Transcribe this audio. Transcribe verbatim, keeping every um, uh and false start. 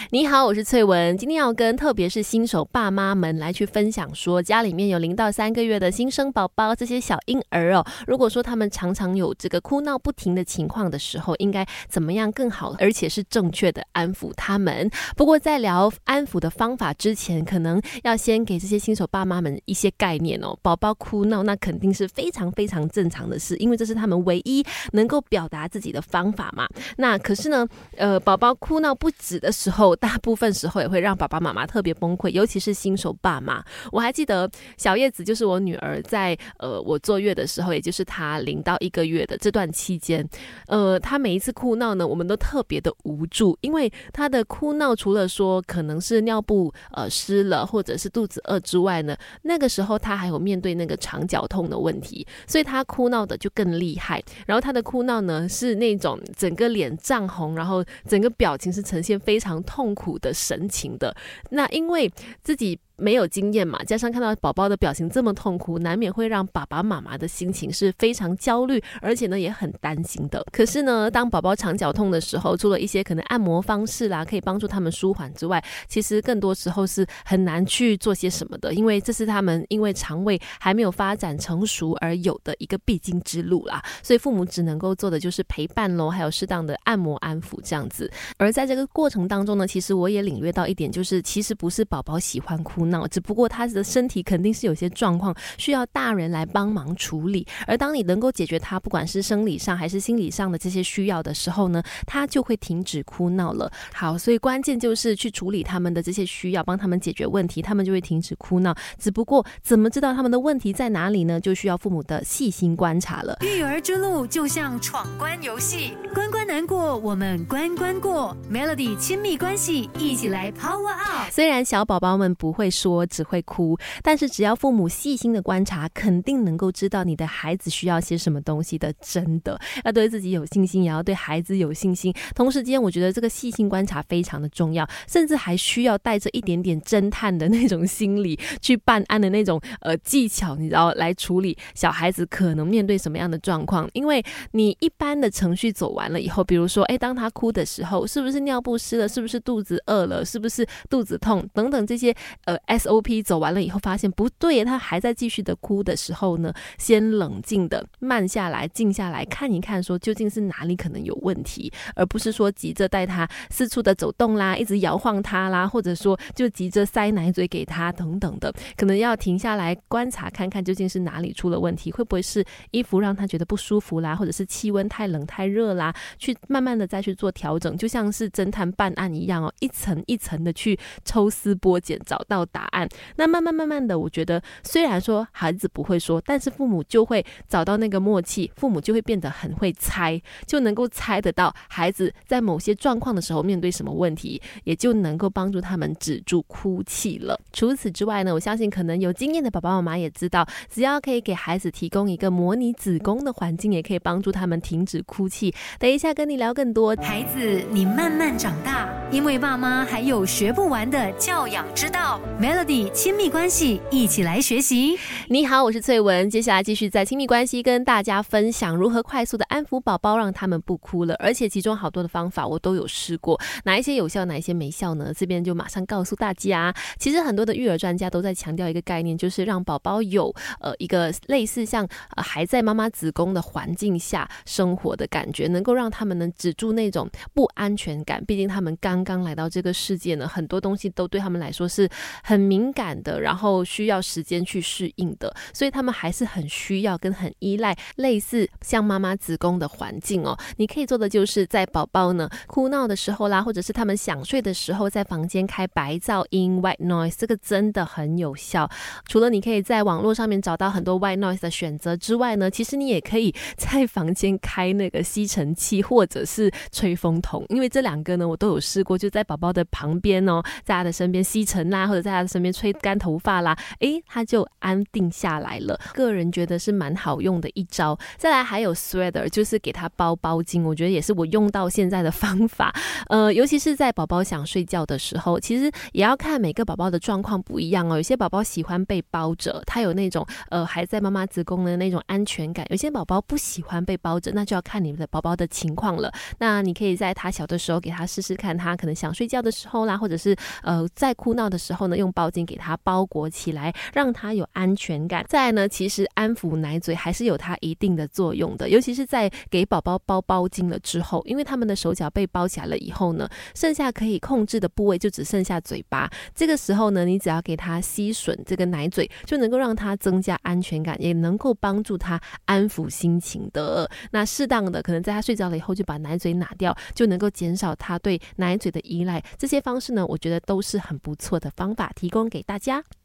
你好，我是翠文，今天要跟特别是新手爸妈们来去分享说，家里面有零到三个月的新生宝宝，这些小婴儿哦，如果说他们常常有这个哭闹不停的情况的时候，应该怎么样更好，而且是正确的安抚他们。不过在聊安抚的方法之前，可能要先给这些新手爸妈们一些概念哦。宝宝哭闹那肯定是非常非常正常的事，因为这是他们唯一能够表达自己的方法嘛。那可是呢，呃，宝宝哭闹不止的时候，大部分时候也会让爸爸妈妈特别崩溃，尤其是新手爸妈。我还记得小叶子就是我女儿在呃我坐月的时候，也就是她零到一个月的这段期间，呃，她每一次哭闹呢，我们都特别的无助，因为她的哭闹除了说可能是尿布呃湿了，或者是肚子饿之外呢，那个时候她还有面对那个肠绞痛的问题，所以她哭闹的就更厉害。然后她的哭闹呢是那种整个脸涨红，然后整个表情是呈现非常痛苦的神情的。那因为自己没有经验嘛，加上看到宝宝的表情这么痛苦，难免会让爸爸妈妈的心情是非常焦虑，而且呢也很担心的。可是呢，当宝宝肠绞痛的时候，除了一些可能按摩方式啦，可以帮助他们舒缓之外，其实更多时候是很难去做些什么的，因为这是他们因为肠胃还没有发展成熟而有的一个必经之路啦。所以父母只能够做的就是陪伴咯，还有适当的按摩安抚这样子。而在这个过程当中呢，其实我也领略到一点，就是其实不是宝宝喜欢哭闹，只不过他的身体肯定是有些状况需要大人来帮忙处理，而当你能够解决他不管是生理上还是心理上的这些需要的时候呢，他就会停止哭闹了。好，所以关键就是去处理他们的这些需要，帮他们解决问题，他们就会停止哭闹。只不过怎么知道他们的问题在哪里呢？就需要父母的细心观察了。 育儿之路就像闯关游戏，关关难过，我们关关过。 Melody 亲密关系，一起来 Power Up。 虽然小宝宝们不会说，只会哭，但是只要父母细心的观察，肯定能够知道你的孩子需要些什么东西的。真的要对自己有信心，也要对孩子有信心。同时间我觉得这个细心观察非常的重要，甚至还需要带着一点点侦探的那种心理去办案的那种呃技巧，你知道，来处理小孩子可能面对什么样的状况。因为你一般的程序走完了以后，比如说哎，当他哭的时候，是不是尿布湿了，是不是肚子饿了，是不是肚子痛等等这些呃 S O P 走完了以后，发现不对，他还在继续的哭的时候呢，先冷静的慢下来，静下来看一看，说究竟是哪里可能有问题，而不是说急着带他四处的走动啦，一直摇晃他啦，或者说就急着塞奶嘴给他等等的，可能要停下来观察看看究竟是哪里出了问题，会不会是衣服让他觉得不舒服啦，或者是气温太冷太热啦，去慢慢的再去做调整，就像是侦探办案一样哦，一层一层的去抽丝剥茧找到答案。那慢慢慢慢的，我觉得虽然说孩子不会说，但是父母就会找到那个默契，父母就会变得很会猜，就能够猜得到孩子在某些状况的时候面对什么问题，也就能够帮助他们止住哭泣了。除此之外呢，我相信可能有经验的爸爸妈妈也知道，只要可以给孩子提供一个模拟子宫的环境，也可以帮助他们停止哭泣。等一下跟你聊更多。 孩子，你慢慢长大，因为爸妈还有学不完的教养之道。 Melody 亲密关系，一起来学习。 你好，我是翠文，接下来继续在亲密关系跟大家分享如何快速的安抚宝宝，让他们不哭了。而且其中好多的方法我都有试过，哪一些有效，哪一些没效呢？这边就马上告诉大家。其实很多的育儿专家都在强调一个概念，就是让宝宝有呃一个类似像、呃、还在妈妈子宫的环境下生活的感觉，能够让他们能止住那种不安全感。毕竟他们刚刚来到这个世界呢，很多东西都对他们来说是很敏感的，然后需要时间去适应的，所以他们还是很需要跟很依赖类似像妈妈子宫的环境哦。你可以做的就是在宝宝呢哭闹的时候啦，或者是他们想睡的时候，在房间开白噪音 white noise， 这个真的很有效。除了你可以在网络上面找到很多 white noise 的选择之外呢，其实你也可以在房间开那个吸尘器或者是吹风筒，因为这两个呢我都有试过，就在宝宝的旁边哦，在他的身边吸尘啦，或者在他他的身边吹干头发啦，诶，他就安定下来了。个人觉得是蛮好用的一招。再来还有 sweater， 就是给他包包巾，我觉得也是我用到现在的方法。呃，尤其是在宝宝想睡觉的时候，其实也要看每个宝宝的状况不一样哦。有些宝宝喜欢被包着，他有那种呃还在妈妈子宫的那种安全感；有些宝宝不喜欢被包着，那就要看你们的宝宝的情况了。那你可以在他小的时候给他试试看，他可能想睡觉的时候啦，或者是呃在哭闹的时候呢，用包巾给他包裹起来，让他有安全感。再来呢，其实安抚奶嘴还是有它一定的作用的，尤其是在给宝宝包包巾了之后，因为他们的手脚被包起来了以后呢，剩下可以控制的部位就只剩下嘴巴。这个时候呢，你只要给他吸吮这个奶嘴，就能够让他增加安全感，也能够帮助他安抚心情的。那适当的可能在他睡着了以后就把奶嘴拿掉，就能够减少他对奶嘴的依赖。这些方式呢，我觉得都是很不错的方法，提供给大家。